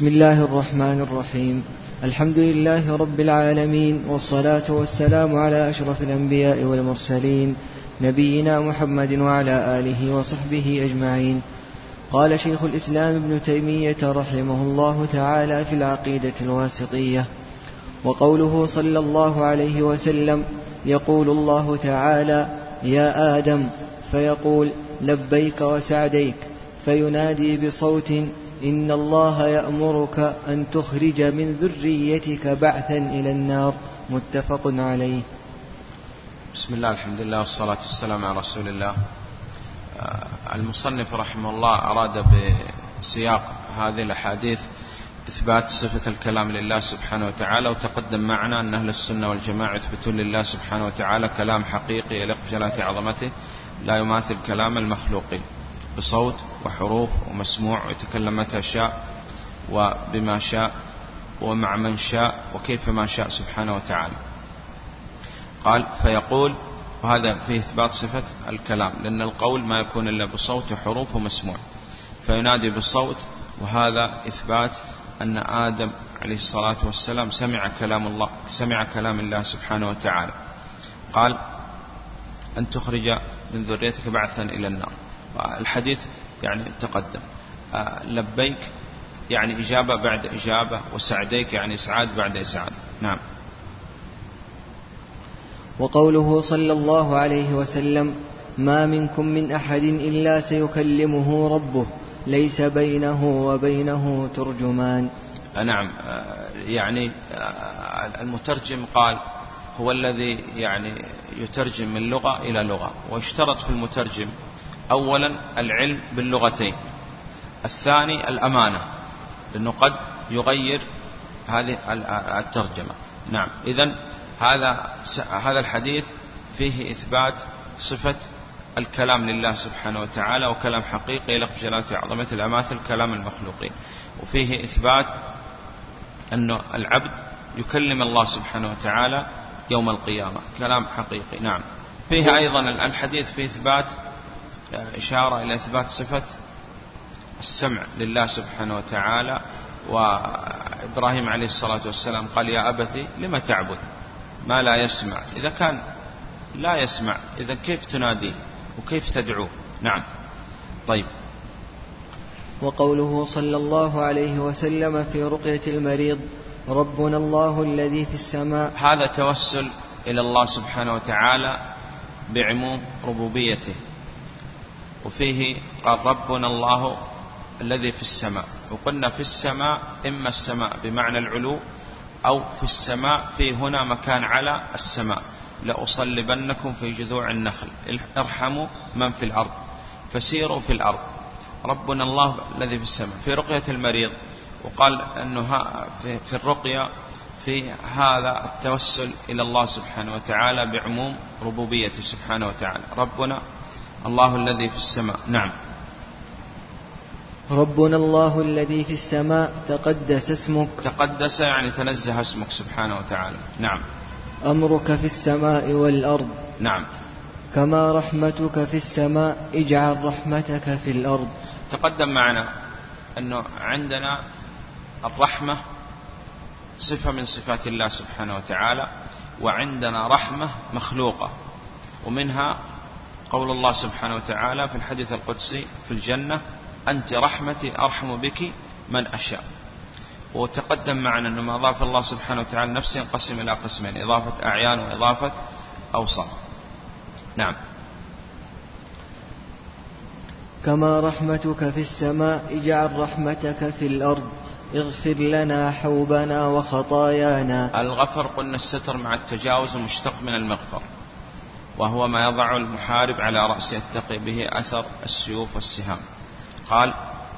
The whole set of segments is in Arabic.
بسم الله الرحمن الرحيم. الحمد لله رب العالمين، والصلاة والسلام على أشرف الأنبياء والمرسلين، نبينا محمد وعلى آله وصحبه أجمعين. قال شيخ الإسلام ابن تيمية رحمه الله تعالى في العقيدة الواسطية: وقوله صلى الله عليه وسلم: يقول الله تعالى: يا آدم، فيقول: لبيك وسعديك، فينادي بصوت: إن الله يأمرك أن تخرج من ذريتك بعثا إلى النار. متفق عليه. بسم الله، الحمد لله، والصلاة والسلام على رسول الله. المصنف رحمه الله أراد بسياق هذه الأحاديث إثبات صفة الكلام لله سبحانه وتعالى، وتقدم معنا أن أهل السنة والجماعة يثبتون لله سبحانه وتعالى كلام حقيقي يليق بجلالة عظمته لا يماثل كلام المخلوقين، بصوت وحروف ومسموع، ويتكلم متى شاء وبما شاء ومع من شاء وكيف ما شاء سبحانه وتعالى. قال: فيقول، وهذا فيه إثبات صفة الكلام، لأن القول ما يكون إلا بصوت وحروف ومسموع، فينادي بالصوت، وهذا إثبات أن آدم عليه الصلاة والسلام سمع كلام الله سبحانه وتعالى. قال: أن تخرج من ذريتك بعثا إلى النار. الحديث يعني تقدم. لبيك يعني إجابة بعد إجابة، وسعديك يعني إسعاد بعد إسعاد. نعم. وقوله صلى الله عليه وسلم: ما منكم من أحد إلا سيكلمه ربه ليس بينه وبينه ترجمان. نعم، يعني المترجم قال هو الذي يعني يترجم من لغة إلى لغة، ويشترط في المترجم أولا العلم باللغتين، الثاني الأمانة، لأنه قد يغير هذه الترجمة. نعم. إذن هذا الحديث فيه إثبات صفة الكلام لله سبحانه وتعالى، وكلام حقيقي يليق بجلالة عظمته لا يماثل كلام المخلوقين، وفيه إثبات أن العبد يكلم الله سبحانه وتعالى يوم القيامة كلام حقيقي. نعم. فيه أيضا الحديث فيه إثبات إشارة إلى إثبات صفة السمع لله سبحانه وتعالى، وإبراهيم عليه الصلاة والسلام قال: يا أبتي لما تعبد ما لا يسمع؟ إذا كان لا يسمع إذا كيف تناديه وكيف تدعوه؟ نعم. طيب. وقوله صلى الله عليه وسلم في رقية المريض: ربنا الله الذي في السماء. هذا توسل إلى الله سبحانه وتعالى بعموم ربوبيته، وفيه قال: ربنا الله الذي في السماء. وقلنا في السماء إما السماء بمعنى العلو، أو في السماء في هنا مكان على السماء. لأصلبنكم في جذوع النخل، ارحموا من في الأرض فسيروا في الأرض. ربنا الله الذي في السماء. في رقية المريض، وقال أنه في الرقية في هذا التوسل إلى الله سبحانه وتعالى بعموم ربوبيته سبحانه وتعالى. ربنا الله الذي في السماء. نعم. ربنا الله الذي في السماء تقدس اسمك. تقدس يعني تنزه اسمك سبحانه وتعالى. نعم. أمرك في السماء والأرض. نعم. كما رحمتك في السماء اجعل رحمتك في الأرض. تقدم معنا أنه عندنا الرحمة صفة من صفات الله سبحانه وتعالى، وعندنا رحمة مخلوقة، ومنها قول الله سبحانه وتعالى في الحديث القدسي في الجنة: أنت رحمتي أرحم بك من أشاء. وتقدم معنا أنه ما أضاف الله سبحانه وتعالى نفسه ينقسم إلى قسمين: إضافة أعيان وإضافة أوصاف. نعم. كما رحمتك في السماء اجعل رحمتك في الأرض اغفر لنا حوبنا وخطايانا. الغفر قلنا الستر مع التجاوز، المشتق من المغفر، وهو ما يضع المحارب على رأسه يتقي به أثر السيوف والسهام. قال: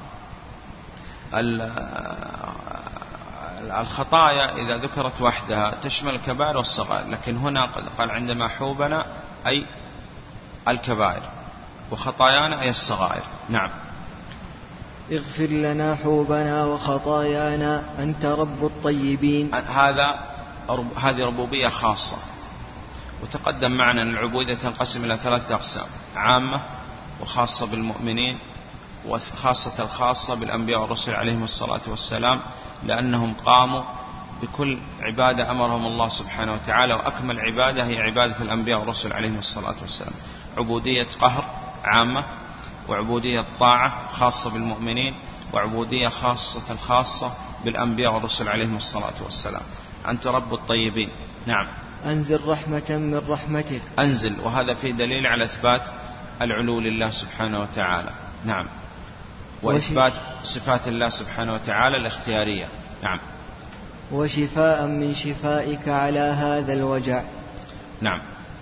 الخطايا إذا ذكرت وحدها تشمل الكبائر والصغائر، لكن هنا قال عندما حوبنا أي الكبائر، وخطايانا أي الصغائر. نعم. اغفر لنا حوبنا وخطايانا أنت رب الطيبين. هذه ربوبية خاصة، وتقدم معنا أن العبودية تنقسم إلى 3 أقسام: عامة وخاصة بالمؤمنين وخاصة الخاصة بالأنبياء والرسل عليهم الصلاة والسلام، لأنهم قاموا بكل عبادة أمرهم الله سبحانه وتعالى، وأكمل عبادة هي عبادة الأنبياء والرسل عليهم الصلاة والسلام، عبودية قهر عامة، وعبودية طاعة خاصة بالمؤمنين، وعبودية خاصة الخاصة بالأنبياء والرسل عليهم الصلاة والسلام. أنت رب الطيبين. نعم. أنزل رحمة من رحمتك. أنزل، وهذا فيه دليل على إثبات العلو لله سبحانه وتعالى. نعم. وإثبات صفات الله سبحانه وتعالى الاختيارية. نعم. وشفاء من شفائك على هذا الوجع. نعم.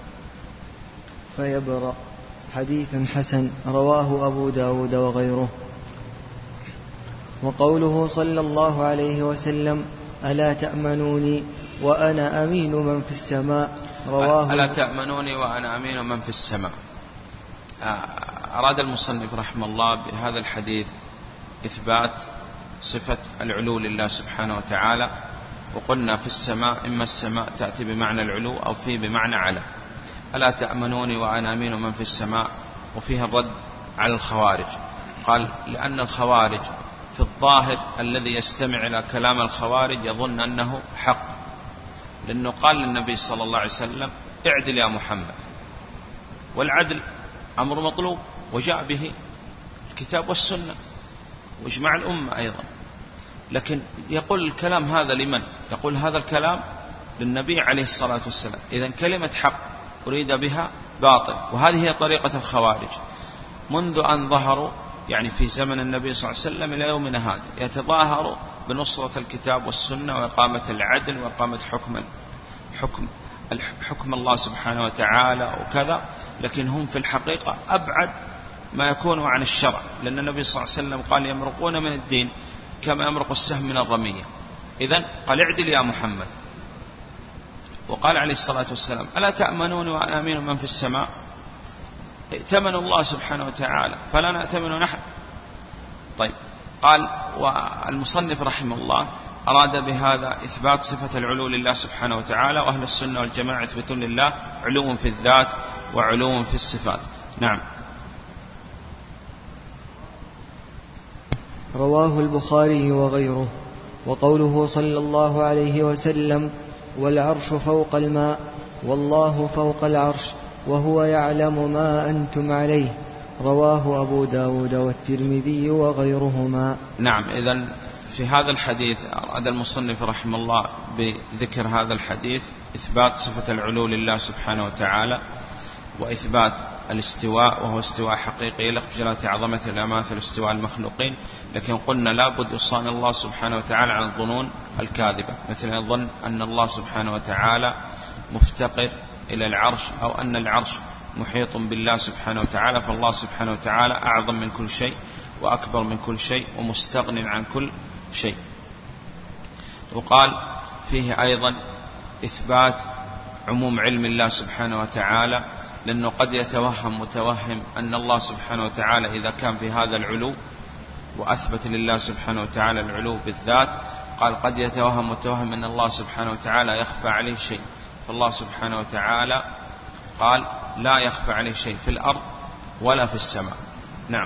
فيبرأ. حديث حسن رواه أبو داود وغيره. وقوله صلى الله عليه وسلم ألا تأمنوني وأنا أمين من في السماء، رواه. ألا تأمنوني وأنا أمين من في السماء. أراد المصنف رحمه الله بهذا الحديث إثبات صفة العلو لله سبحانه وتعالى، وقلنا في السماء إما السماء تأتي بمعنى العلو أو فيه بمعنى على. ألا تأمنوني وأنا أمين من في السماء، وفيها الرد على الخوارج. قال لأن الخوارج في الظاهر الذي يستمع إلى كلام الخوارج يظن أنه حق، لأنه قال للنبي صلى الله عليه وسلم اعدل يا محمد، والعدل أمر مطلوب وجاء به الكتاب والسنة واجمع الأمة أيضا. لكن يقول الكلام هذا لمن؟ يقول هذا الكلام للنبي عليه الصلاة والسلام. إذن كلمة حق أريد بها باطل، وهذه هي طريقة الخوارج منذ أن ظهروا، يعني في زمن النبي صلى الله عليه وسلم إلى يومنا هذا، يتظاهروا بنصرة الكتاب والسنة وإقامة العدل وإقامة حكم الله سبحانه وتعالى وكذا، لكن هم في الحقيقة أبعد ما يكونوا عن الشرع، لأن النبي صلى الله عليه وسلم قال يمرقون من الدين كما يمرق السهم من الرمية. إذن قال اعدل يا محمد. وقال عليه الصلاة والسلام ألا تأمنون وأنا أمين من في السماء. ائتمنوا الله سبحانه وتعالى فلا نأتمن نحن. طيب، قال والمصنف رحمه الله أراد بهذا إثبات صفة العلو لله سبحانه وتعالى، وأهل السنة والجماعة يثبتون لله علو في الذات وعلو في الصفات. نعم. رواه البخاري وغيره. وقوله صلى الله عليه وسلم والعرش فوق الماء والله فوق العرش وهو يعلم ما أنتم عليه، رواه أبو داود والترمذي وغيرهما. نعم. إذن في هذا الحديث أراد المصنف رحمه الله بذكر هذا الحديث إثبات صفة العلو لله سبحانه وتعالى، وإثبات الاستواء، وهو استواء حقيقي يليق بجلالة عظمته لا يماثل استواء المخلوقين. لكن قلنا لابد يصان الله سبحانه وتعالى عن الظنون الكاذبة، مثل أن يظن أن الله سبحانه وتعالى مفتقر إلى العرش، أو أن العرش محيط بالله سبحانه وتعالى، فالله سبحانه وتعالى أعظم من كل شيء وأكبر من كل شيء ومستغن عن كل شيء. وقال فيه أيضا إثبات عموم علم الله سبحانه وتعالى، لأنه قد يتوهم متوهم أن الله سبحانه وتعالى إذا كان في هذا العلو وأثبت لله سبحانه وتعالى العلو بالذات، قال قد يتوهم متوهم أن الله سبحانه وتعالى يخفى عليه شيء، فالله سبحانه وتعالى قال لا يخفى عليه شيء في الأرض ولا في السماء. نعم.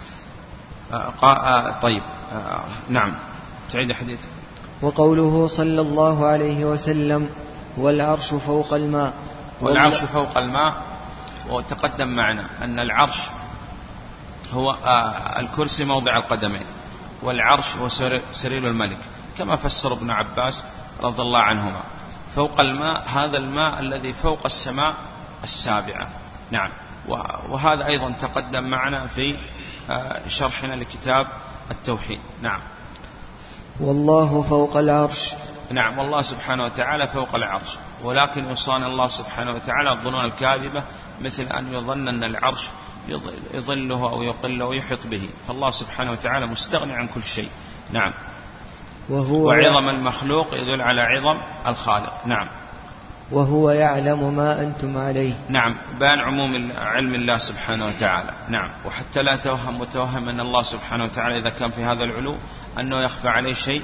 طيب. نعم. تعيد حديث. وقوله صلى الله عليه وسلم والعرش فوق الماء. والعرش فوق الماء، وتقدم معنا أن العرش هو الكرسي موضع القدمين، والعرش هو سرير الملك، كما فسر ابن عباس رضي الله عنهما. فوق الماء هذا الماء الذي فوق السماء السابعة. نعم. وهذا أيضا تقدم معنا في شرحنا لكتاب التوحيد. نعم. والله فوق العرش. نعم. والله سبحانه وتعالى فوق العرش، ولكن يصان الله سبحانه وتعالى الظنون الكاذبة، مثل أن يظن أن العرش يظله أو يقله ويحيط به، فالله سبحانه وتعالى مستغني عن كل شيء. نعم. وعظم المخلوق يدل على عظم الخالق. نعم. وهو يعلم ما أنتم عليه. نعم. بيان عموم علم الله سبحانه وتعالى. نعم. وحتى لا توهم متوهم أن الله سبحانه وتعالى إذا كان في هذا العلو أنه يخفى عليه شيء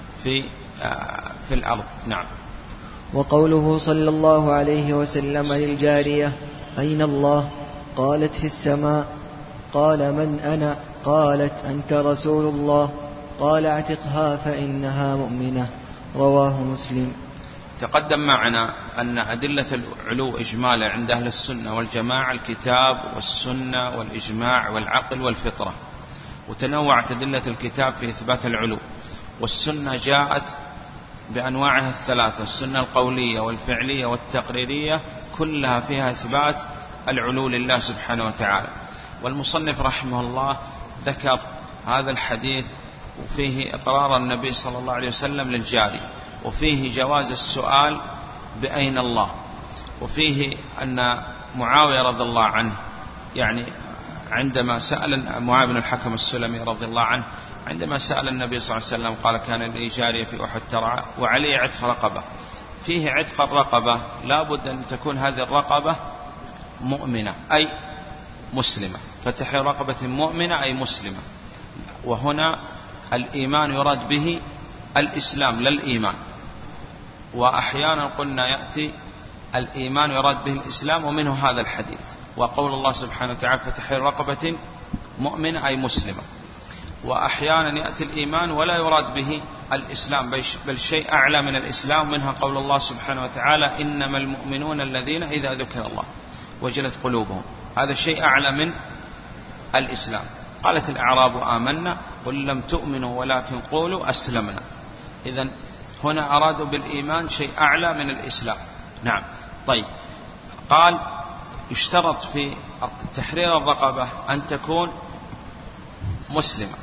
في الأرض. نعم. وقوله صلى الله عليه وسلم للجارية أين الله؟ قالت في السماء. قال من أنا؟ قالت أنت رسول الله؟ قال اعتقها فإنها مؤمنة. رواه مسلم. تقدم معنا أن أدلة العلو إجمالا عند أهل السنة والجماعة الكتاب والسنة والإجماع والعقل والفطرة، وتنوعت أدلة الكتاب في إثبات العلو، والسنة جاءت بأنواعها الثلاثة، السنة القولية والفعلية والتقريرية، كلها فيها إثبات العلو لله سبحانه وتعالى. والمصنف رحمه الله ذكر هذا الحديث وفيه إقرار النبي صلى الله عليه وسلم للجاري، وفيه جواز السؤال بأين الله، وفيه أن معاوية رضي الله عنه يعني عندما سأل معاوية بن الحكم السلمي رضي الله عنه عندما سأل النبي صلى الله عليه وسلم قال كان لي جارية في أحد ترعى وعلي عتق رقبة، فيه عتق الرقبة لا بد أن تكون هذه الرقبة مؤمنة أي مسلمة، فتحرير رقبة مؤمنة أي مسلمة. وهنا الإيمان يراد به الإسلام لا الإيمان، وأحيانا قلنا يأتي الإيمان يراد به الإسلام، ومنه هذا الحديث وقول الله سبحانه وتعالى فتحرير رقبة مؤمنة أي مسلمة. وأحيانا يأتي الإيمان ولا يراد به الإسلام بل شيء أعلى من الإسلام، منها قول الله سبحانه وتعالى إنما المؤمنون الذين إذا ذكر الله وجلت قلوبهم، هذا شيء أعلى من الإسلام. قالت الأعراب آمنا قل لم تؤمنوا ولكن قولوا أسلمنا. إذن هنا أرادوا بالإيمان شيء أعلى من الإسلام. نعم. طيب، قال يشترط في تحرير الرقبة أن تكون مسلمة،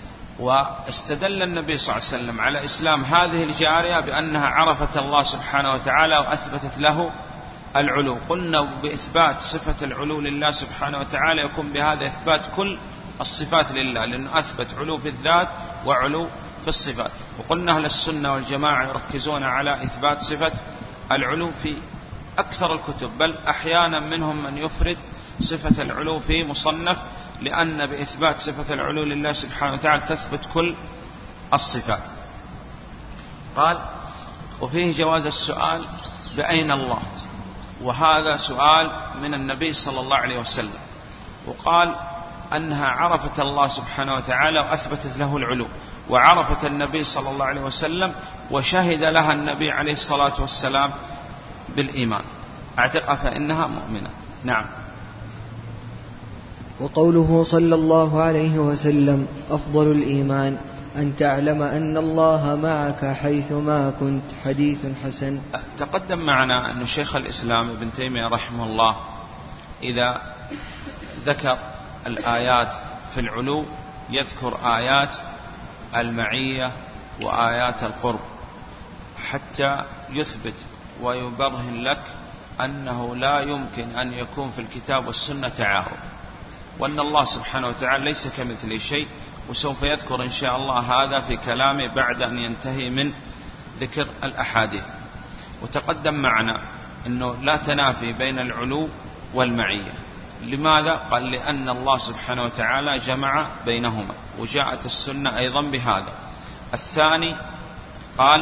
واستدل النبي صلى الله عليه وسلم على إسلام هذه الجارية بأنها عرفت الله سبحانه وتعالى وأثبتت له العلو. قلنا بإثبات صفة العلو لله سبحانه وتعالى يكون بهذا إثبات كل الصفات لله، لأنه أثبت علو في الذات وعلو في الصفات. وقلنا أهل السنة والجماعة يركزون على إثبات صفة العلو في أكثر الكتب، بل أحيانا منهم من يفرد صفة العلو في مصنف، لأن بإثبات صفة العلو لله سبحانه وتعالى تثبت كل الصفات. قال وفيه جواز السؤال بأين الله، وهذا سؤال من النبي صلى الله عليه وسلم. وقال أنها عرفت الله سبحانه وتعالى وأثبتت له العلو، وعرفت النبي صلى الله عليه وسلم وشهد لها النبي عليه الصلاة والسلام بالإيمان، اعتقها فإنها مؤمنة. نعم. وقوله صلى الله عليه وسلم أفضل الإيمان أن تعلم أن الله معك حيثما كنت، حديث حسن. تقدم معنا أن شيخ الإسلام ابن تيمية رحمه الله إذا ذكر الآيات في العلو يذكر آيات المعية وآيات القرب حتى يثبت ويبرهن لك أنه لا يمكن أن يكون في الكتاب والسنة تعارض، وأن الله سبحانه وتعالى ليس كمثله شيء. وسوف يذكر إن شاء الله هذا في كلامه بعد أن ينتهي من ذكر الأحاديث. وتقدم معنا أنه لا تنافي بين العلو والمعية. لماذا؟ قال لأن الله سبحانه وتعالى جمع بينهما، وجاءت السنة أيضا بهذا. الثاني قال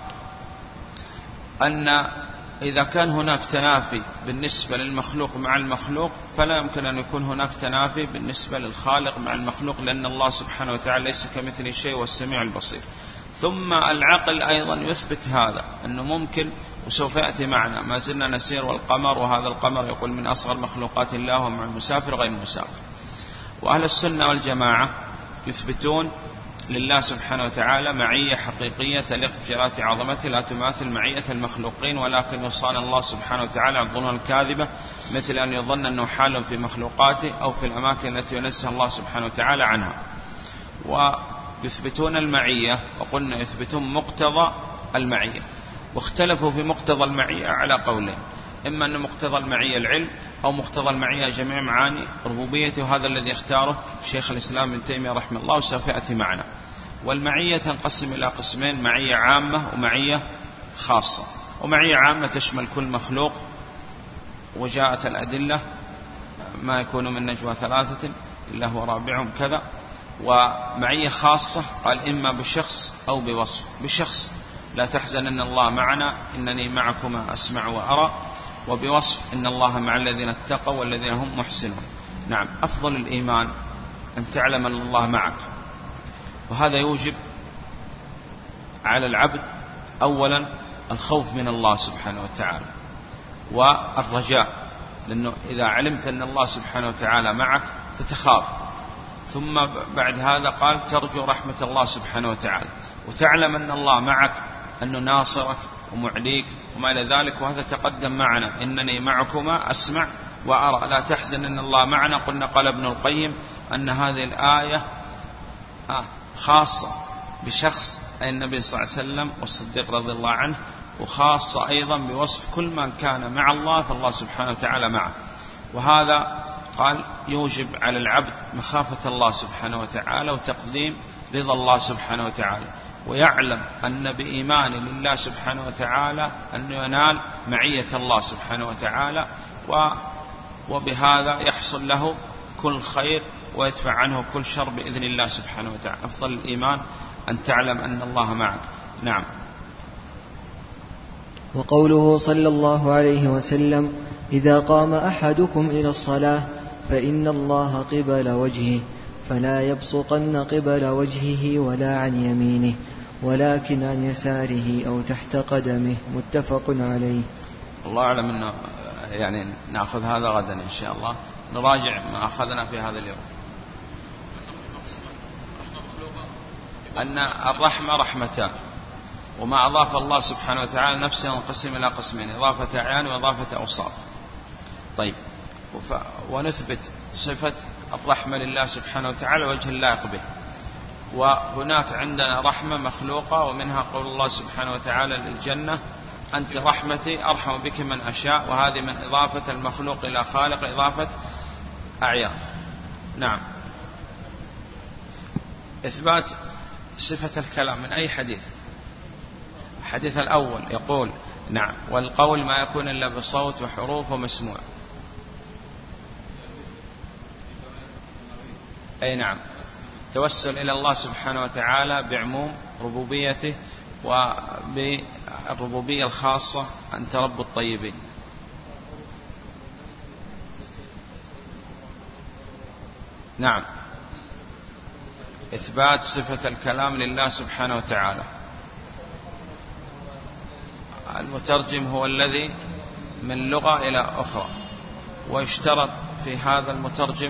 أن إذا كان هناك تنافي بالنسبة للمخلوق مع المخلوق فلا يمكن أن يكون هناك تنافي بالنسبة للخالق مع المخلوق، لأن الله سبحانه وتعالى ليس كمثله شيء والسميع البصير. ثم العقل أيضا يثبت هذا أنه ممكن، وسوف يأتي معنا ما زلنا نسير والقمر، وهذا القمر يقول من أصغر مخلوقات الله ومع المسافر غير المسافر. وأهل السنة والجماعة يثبتون لله سبحانه وتعالى معية حقيقية تليق بجلالة عظمته لا تماثل معية المخلوقين، ولكن يصان الله سبحانه وتعالى عن الظنون الكاذبة، مثل أن يظن أنه حال في مخلوقاته أو في الأماكن التي ينزه الله سبحانه وتعالى عنها. ويثبتون المعية، وقلنا يثبتون مقتضى المعية، واختلفوا في مقتضى المعية على قولين، إما أن مقتضى المعية العلم أو مقتضى المعية جميع معاني ربوبيته، وهذا الذي اختاره شيخ الإسلام ابن تيمية رحمه الله وسوف يأتي معنا. والمعية تنقسم إلى قسمين، معية عامة ومعية خاصة. ومعية عامة تشمل كل مخلوق، وجاءت الأدلة ما يكون من نجوى ثلاثة إلا هو رابعهم كذا. ومعية خاصة قال إما بشخص أو بوصف. بشخص لا تحزن إن الله معنا إنني معكما أسمع وأرى، وبوصف إن الله مع الذين اتقوا والذين هم محسنون. نعم. أفضل الإيمان أن تعلم أن الله معك، وهذا يوجب على العبد أولا الخوف من الله سبحانه وتعالى والرجاء، لأنه إذا علمت أن الله سبحانه وتعالى معك فتخاف، ثم بعد هذا قال ترجو رحمة الله سبحانه وتعالى، وتعلم أن الله معك، أنه ناصرك ومعليك وما إلى ذلك، وهذا تقدم معنا إنني معكما أسمع وأرى لا تحزن إن الله معنا. قلنا قال ابن القيم أن هذه الآية خاصة بشخص أي النبي صلى الله عليه وسلم والصديق رضي الله عنه، وخاصة أيضا بوصف كل من كان مع الله فالله سبحانه وتعالى معه. وهذا قال يوجب على العبد مخافة الله سبحانه وتعالى وتقديم رضا الله سبحانه وتعالى، ويعلم أن بإيمان لله سبحانه وتعالى أن ينال معية الله سبحانه وتعالى، وبهذا يحصل له كل خير ويدفع عنه كل شر بإذن الله سبحانه وتعالى. أفضل الإيمان أن تعلم أن الله معك. نعم. وقوله صلى الله عليه وسلم: إذا قام أحدكم إلى الصلاة فإن الله قبل وجهه فلا يبصقن قبل وجهه ولا عن يمينه ولكن عن يساره أو تحت قدمه. متفق عليه. الله أعلم أنه يعني نأخذ هذا غدا إن شاء الله، نراجع ما أخذنا في هذا اليوم. أن الرحمة رحمتان، وما أضاف الله سبحانه وتعالى نفسه ينقسم إلى قسمين: إضافة أعيان وإضافة أوصاف. طيب، ونثبت صفة الرحمة لله سبحانه وتعالى وجه اللائق به. وهناك عندنا رحمة مخلوقة، ومنها قول الله سبحانه وتعالى للجنة: أنت رحمتي أرحم بك من أشاء، وهذه من إضافة المخلوق إلى خالق، إضافة أعيان. نعم. إثبات صفة الكلام من أي حديث؟ الحديث الأول يقول: نعم، والقول ما يكون إلا بصوت وحروف ومسموع. أي نعم، توسل إلى الله سبحانه وتعالى بعموم ربوبيته وبالربوبية الخاصة أنت رب الطيبين. نعم، إثبات صفة الكلام لله سبحانه وتعالى. المترجم هو الذي من لغة إلى أخرى، ويشترط في هذا المترجم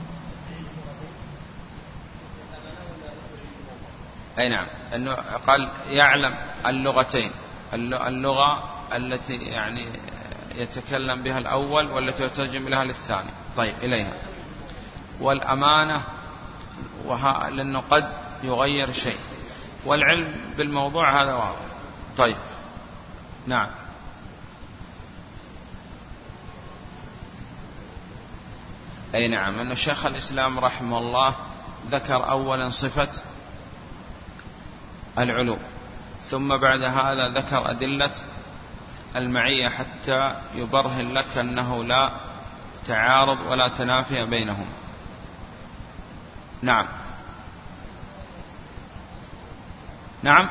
أي نعم أنه قال يعلم اللغتين، اللغة التي يعني يتكلم بها الأول والتي يترجم لها للثاني. طيب، إليها. والأمانة، لأنه قد يغير شيء، والعلم بالموضوع هذا واضح. طيب، نعم. أي نعم، أن شيخ الإسلام رحمه الله ذكر أولا صفة العلو، ثم بعد هذا ذكر أدلة المعية حتى يبرهن لك أنه لا تعارض ولا تنافي بينهم. نعم. نعم.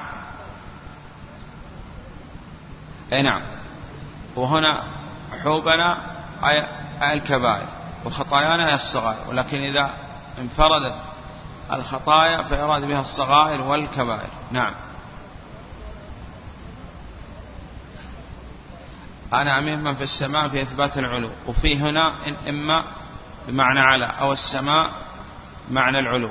أي نعم. وهنا حوبنا أي الكبائر، وخطايانا الصغائر، ولكن إذا انفردت الخطايا فيراد بها الصغائر والكبائر. نعم. أنا أمين من في السماء في إثبات العلو، وفي هنا إما بمعنى على أو السماء معنى العلو.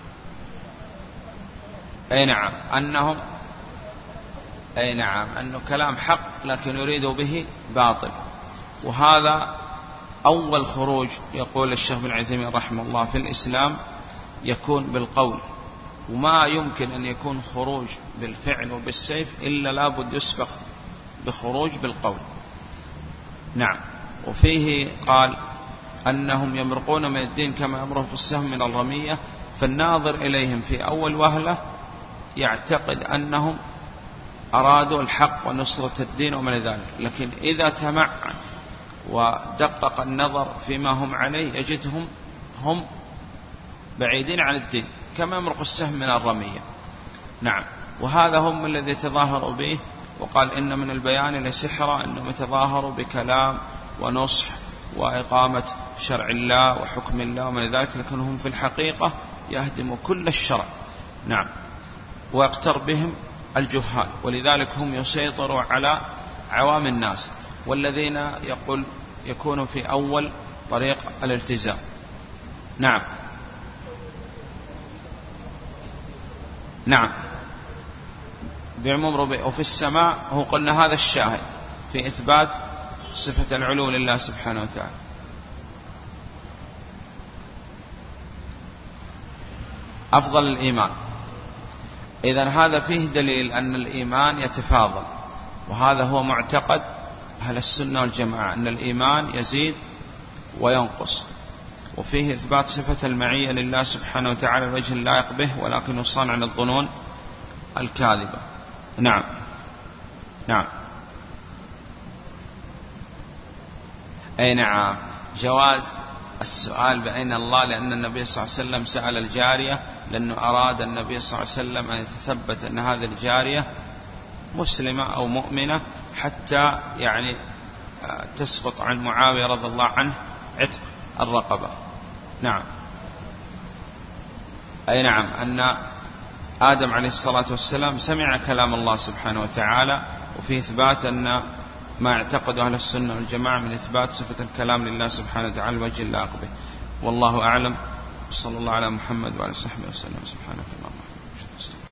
أي نعم، أنهم أي نعم أنه كلام حق لكن يريد به باطل. وهذا أول خروج يقول الشيخ بن عثيمين رحمه الله في الإسلام يكون بالقول، وما يمكن أن يكون خروج بالفعل وبالسيف إلا لابد يسبق بخروج بالقول. نعم. وفيه قال أنهم يمرقون من الدين كما يمرق السهم من الرمية، فالناظر إليهم في أول وهلة يعتقد أنهم أرادوا الحق ونصرة الدين ومن ذلك، لكن إذا تمعن ودقق النظر فيما هم عليه يجدهم هم بعيدين عن الدين كما يمرق السهم من الرمية. نعم. وهذا هم الذي تظاهروا به، وقال إن من البيان لسحرا، أنهم يتظاهروا بكلام ونصح وإقامة شرع الله وحكم الله ومن ذلك، لكنهم في الحقيقة يهدموا كل الشرع. نعم. ويقتر بهم الجهال، ولذلك هم يسيطروا على عوام الناس، والذين يكونوا في أول طريق الالتزام. نعم. نعم بعموم ربيع. وفي السماء هو قلنا هذا الشاهد في إثبات صفة العلو لله سبحانه وتعالى. أفضل الإيمان، إذن هذا فيه دليل أن الإيمان يتفاضل، وهذا هو معتقد أهل السنة والجماعة، أن الإيمان يزيد وينقص. وفيه إثبات صفة المعية لله سبحانه وتعالى الوجه اللائق به، ولكن يصان عن الظنون الكاذبة. نعم. نعم. أي نعم. جواز السؤال بأين الله، لأن النبي صلى الله عليه وسلم سأل الجارية، لأنه أراد النبي صلى الله عليه وسلم أن يتثبت أن هذه الجارية مسلمة أو مؤمنة، حتى يعني تسقط عن معاوية رضي الله عنه عتق الرقبة. نعم. أي نعم. أن آدم عليه الصلاة والسلام سمع كلام الله سبحانه وتعالى، وفي إثبات أن ما اعتقد أهل السنة والجماعة من إثبات صفة الكلام لله سبحانه وتعالى الوجه اللائق به. والله أعلم. صلى الله على محمد وعلى صحبه وسلم. سبحانك اللهم وبحمدك.